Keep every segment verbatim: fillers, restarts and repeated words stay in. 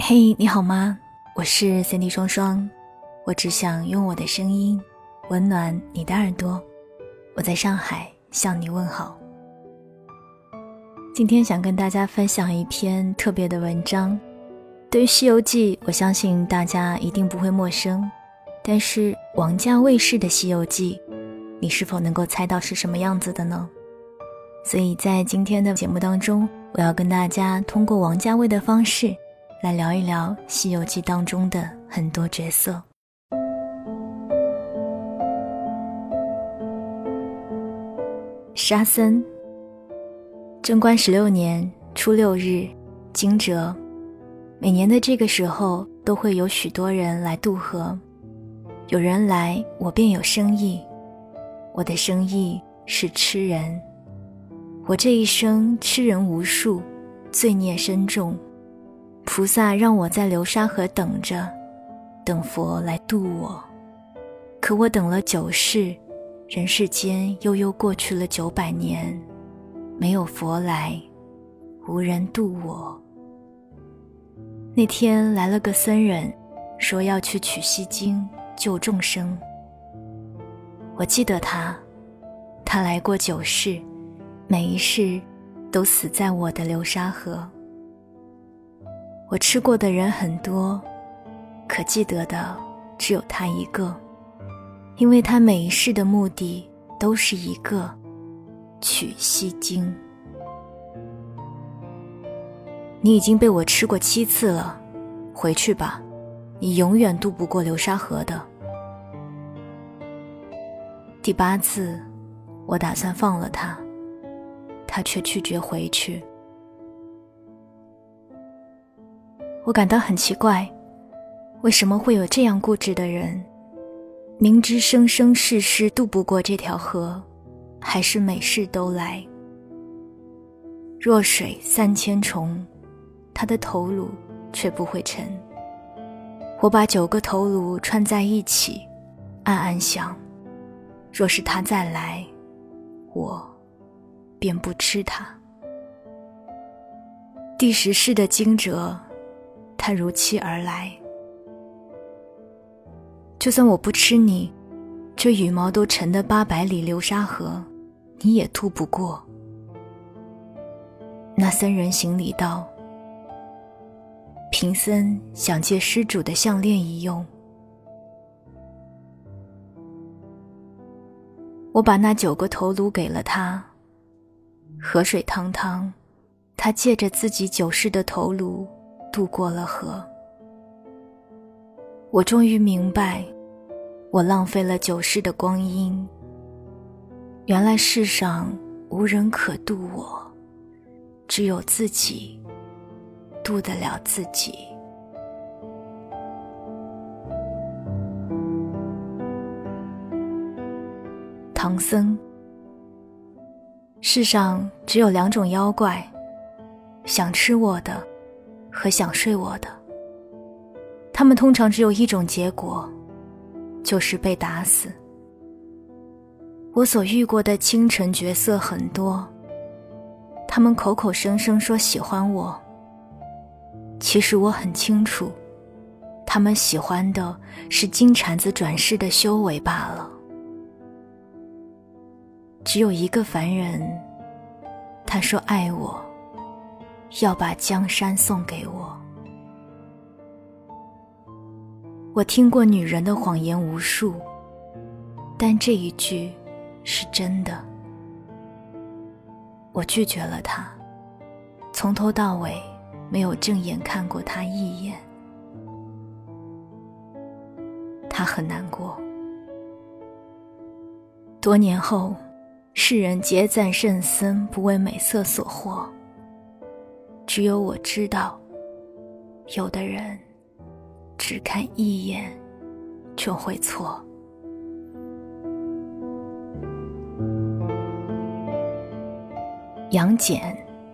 嘿，你好吗？我是 Cindy 双双，我只想用我的声音温暖你的耳朵。我在上海向你问好。今天想跟大家分享一篇特别的文章。对于《西游记》，我相信大家一定不会陌生，但是王家卫式的《西游记》，你是否能够猜到是什么样子的呢？所以在今天的节目当中，我要跟大家通过王家卫的方式来聊一聊《西游记》当中的很多角色。沙僧，贞观十六年初六日，惊蛰。每年的这个时候，都会有许多人来渡河。有人来，我便有生意。我的生意是吃人。我这一生吃人无数，罪孽深重。菩萨让我在流沙河等着，等佛来渡我。可我等了九世，人世间悠悠过去了九百年，没有佛来，无人渡我。那天来了个僧人，说要去取西经救众生。我记得他，他来过九世，每一世都死在我的流沙河。我吃过的人很多，可记得的只有他一个，因为他每一世的目的都是一个，取西经。你已经被我吃过七次了，回去吧，你永远渡不过流沙河的。第八次，我打算放了他，他却拒绝回去。我感到很奇怪，为什么会有这样固执的人，明知生生世世渡不过这条河，还是每世都来。弱水三千重，他的头颅却不会沉。我把九个头颅串在一起，暗暗想，若是他再来，我便不吃他。第十世的惊蛰，他如期而来。就算我不吃你，这羽毛都沉的八百里流沙河，你也渡不过。那僧人行礼道，贫僧想借施主的项链一用。我把那九个头颅给了他，河水汤汤，他借着自己九世的头颅渡过了河。我终于明白，我浪费了九世的光阴。原来世上无人可渡我，只有自己渡得了自己。唐僧，世上只有两种妖怪，想吃我的和想睡我的。他们通常只有一种结果，就是被打死。我所遇过的清晨角色很多，他们口口声声说喜欢我，其实我很清楚，他们喜欢的是金蝉子转世的修为罢了。只有一个凡人，他说爱我，要把江山送给我。我听过女人的谎言无数，但这一句是真的。我拒绝了他，从头到尾没有正眼看过他一眼。他很难过。多年后，世人皆赞圣僧不为美色所惑，只有我知道，有的人只看一眼就会错。杨戬，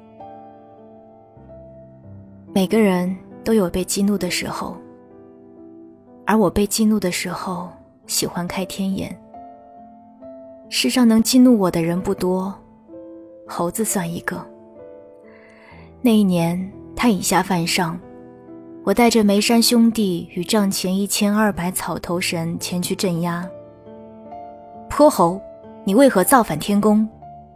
每个人都有被激怒的时候，而我被激怒的时候喜欢开天眼。世上能激怒我的人不多，猴子算一个。那一年他以下犯上， 我带着眉山兄弟与帐前一千二百草头神前去镇压。泼猴，你为何造反天宫？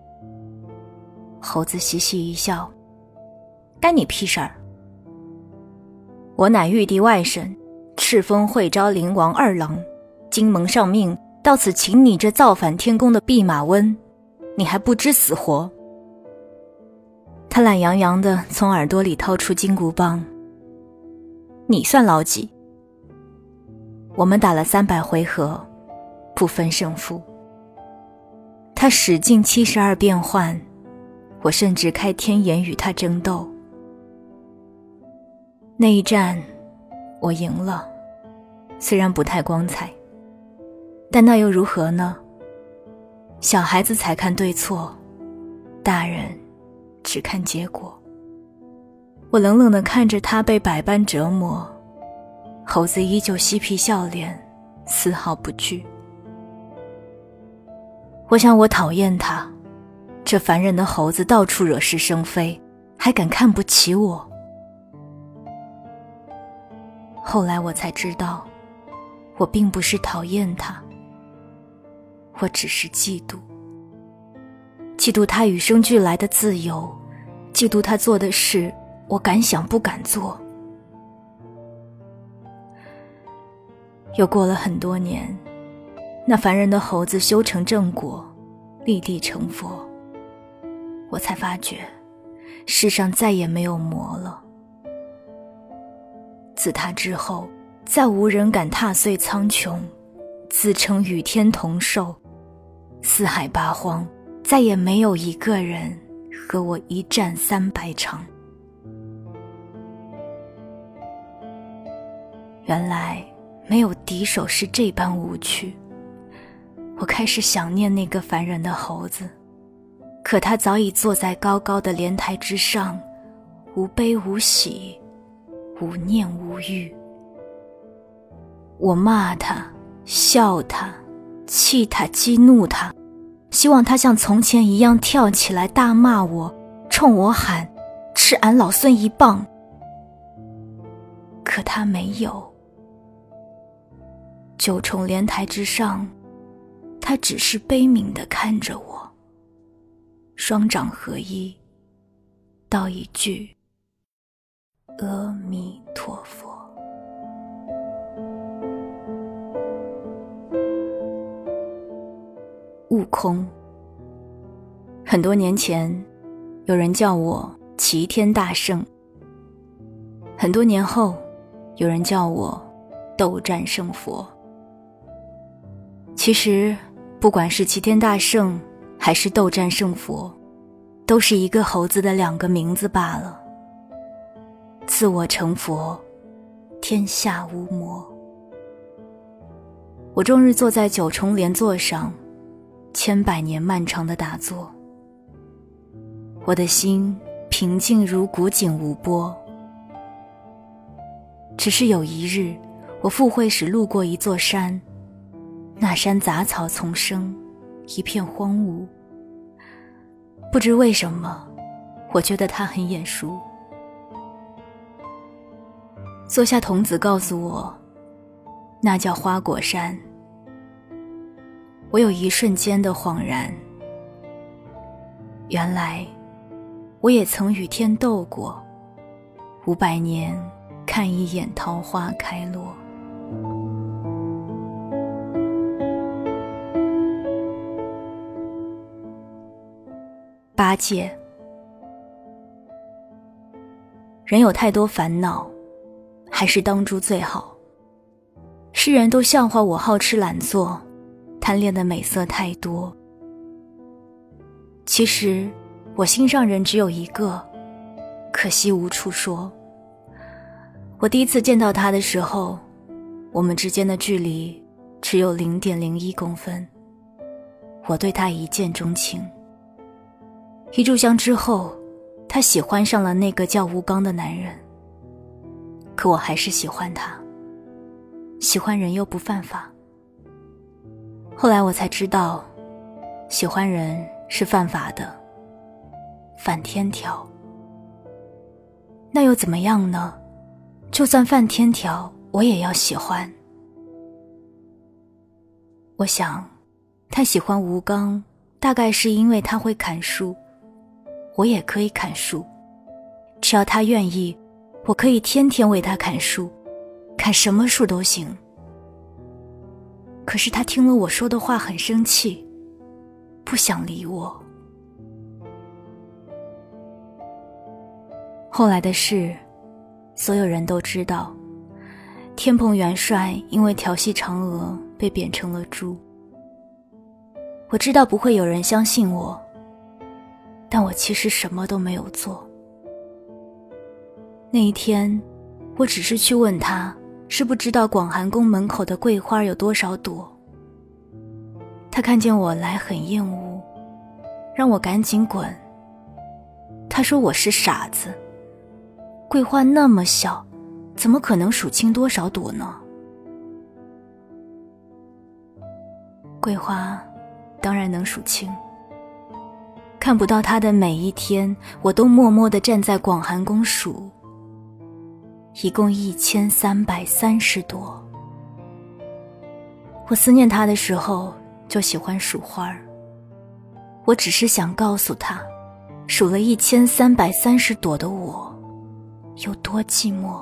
猴子嘻嘻一笑，干你屁事儿！我乃玉帝外甥，敕封会昭灵王二郎，今蒙上命，到此请你这造反天宫的弼马温，你还不知死活？他懒洋洋地从耳朵里掏出金箍棒。你算老几？我们打了三百回合，不分胜负。他使尽七十二变幻，我甚至开天眼与他争斗。那一战我赢了，虽然不太光彩，但那又如何呢？小孩子才看对错，大人只看结果。我冷冷地看着他被百般折磨，猴子依旧嬉皮笑脸，丝毫不惧。我想我讨厌他，这烦人的猴子到处惹是生非，还敢看不起我。后来我才知道，我并不是讨厌他，我只是嫉妒。嫉妒他与生俱来的自由，嫉妒他做的事我敢想不敢做。又过了很多年，那烦人的猴子修成正果，立地成佛，我才发觉世上再也没有魔了。自他之后，再无人敢踏碎苍穹，自称与天同寿，四海八荒，再也没有一个人和我一战三百场。原来没有敌手是这般无趣。我开始想念那个烦人的猴子，可他早已坐在高高的莲台之上，无悲无喜，无念无欲。我骂他，笑他，气他，激怒他，希望他像从前一样跳起来大骂我，冲我喊吃俺老孙一棒。可他没有。九重莲台之上，他只是悲悯地看着我，双掌合一，道一句阿弥陀佛。悟空。很多年前，有人叫我齐天大圣；很多年后，有人叫我斗战胜佛。其实不管是齐天大圣还是斗战胜佛，都是一个猴子的两个名字罢了。自我成佛，天下无魔。我终日坐在九重莲座上，千百年漫长的打坐，我的心平静如古井无波。只是有一日，我赴会时路过一座山，那山杂草丛生，一片荒芜。不知为什么，我觉得它很眼熟。坐下童子告诉我，那叫花果山。我有一瞬间的恍然，原来我也曾与天斗过，五百年看一眼桃花开落。八戒。人有太多烦恼，还是当猪最好。世人都笑话我好吃懒做，贪恋的美色太多。其实我心上人只有一个，可惜无处说。我第一次见到他的时候，我们之间的距离只有 零点零一公分，我对他一见钟情。一炷香之后，他喜欢上了那个叫吴刚的男人，可我还是喜欢他，喜欢人又不犯法。后来我才知道，喜欢人是犯法的，犯天条。那又怎么样呢？ 就算犯天条，我也要喜欢。我想，他喜欢吴刚，大概是因为他会砍树，我也可以砍树，只要他愿意，我可以天天为他砍树，砍什么树都行。可是他听了我说的话很生气，不想理我。后来的事，所有人都知道，天蓬元帅因为调戏嫦娥被贬成了猪。我知道不会有人相信我，但我其实什么都没有做。那一天，我只是去问他知不知道广寒宫门口的桂花有多少朵。他看见我来很厌恶，让我赶紧滚。他说我是傻子，桂花那么小，怎么可能数清多少朵呢？桂花当然能数清，看不到它的每一天，我都默默地站在广寒宫数，一共一千三百三十朵。我思念它的时候，就喜欢数花儿。我只是想告诉他，数了一千三百三十朵的我，有多寂寞。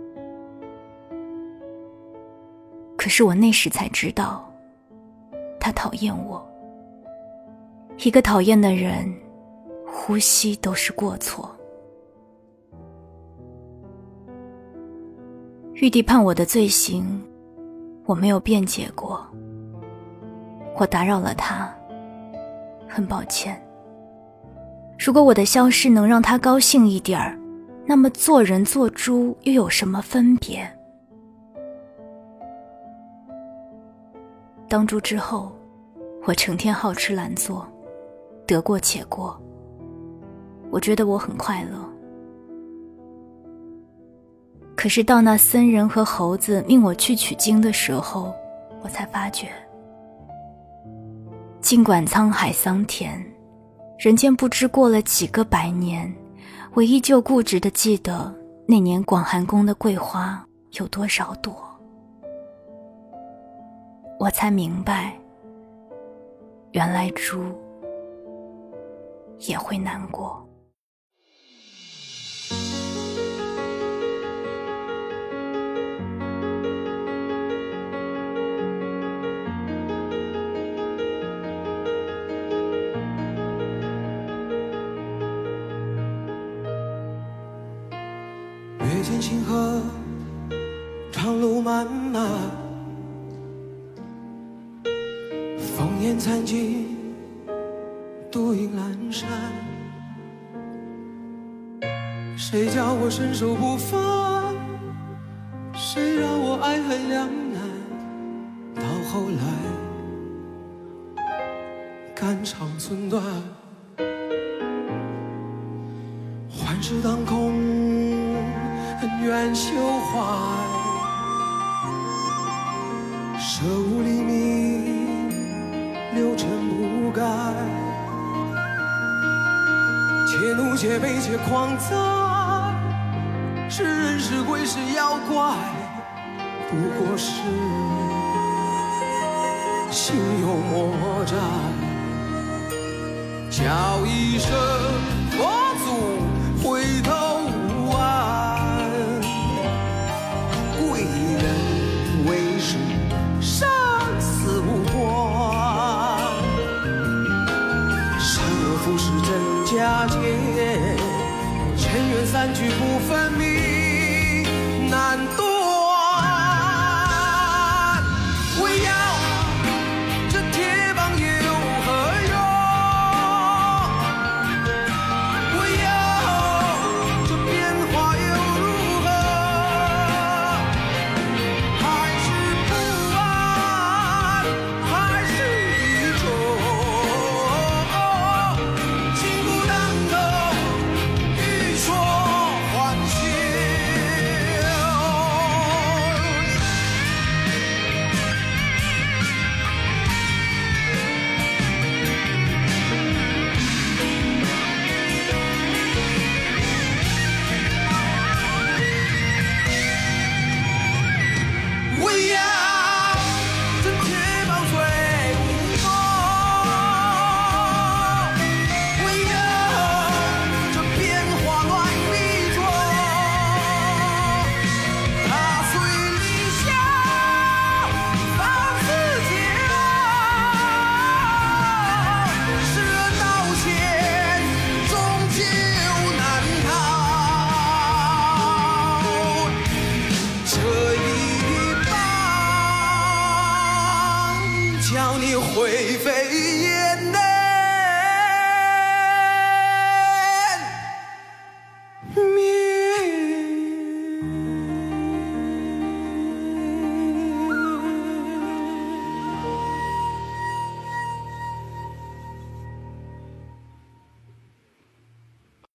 可是我那时才知道，他讨厌我。一个讨厌的人，呼吸都是过错。玉帝判我的罪行，我没有辩解过。我打扰了他，很抱歉。如果我的消失能让他高兴一点儿，那么做人做猪又有什么分别？当猪之后，我成天好吃懒做，得过且过。我觉得我很快乐。可是到那僧人和猴子命我去取经的时候，我才发觉，尽管沧海桑田，人间不知过了几个百年，我依旧固执地记得那年广寒宫的桂花有多少朵。我才明白，原来猪也会难过。 月见星河，长路漫漫，烽烟残尽，独影阑珊。谁叫我身手不凡？谁让我爱恨两难？到后来，肝肠寸断，幻世当空，恩怨休怀，舍吾黎明，六尘不改。且怒且悲且狂哉，是人是鬼是妖怪，不过是心有魔债。叫一声佛祖回头无岸，贵人为师生死无关。善恶浮世真假界，尘缘散去不分明，难断。为要这铁棒又何用？为要这变化又如何？还是不安，还是一种情不当头，欲说还休。 飞。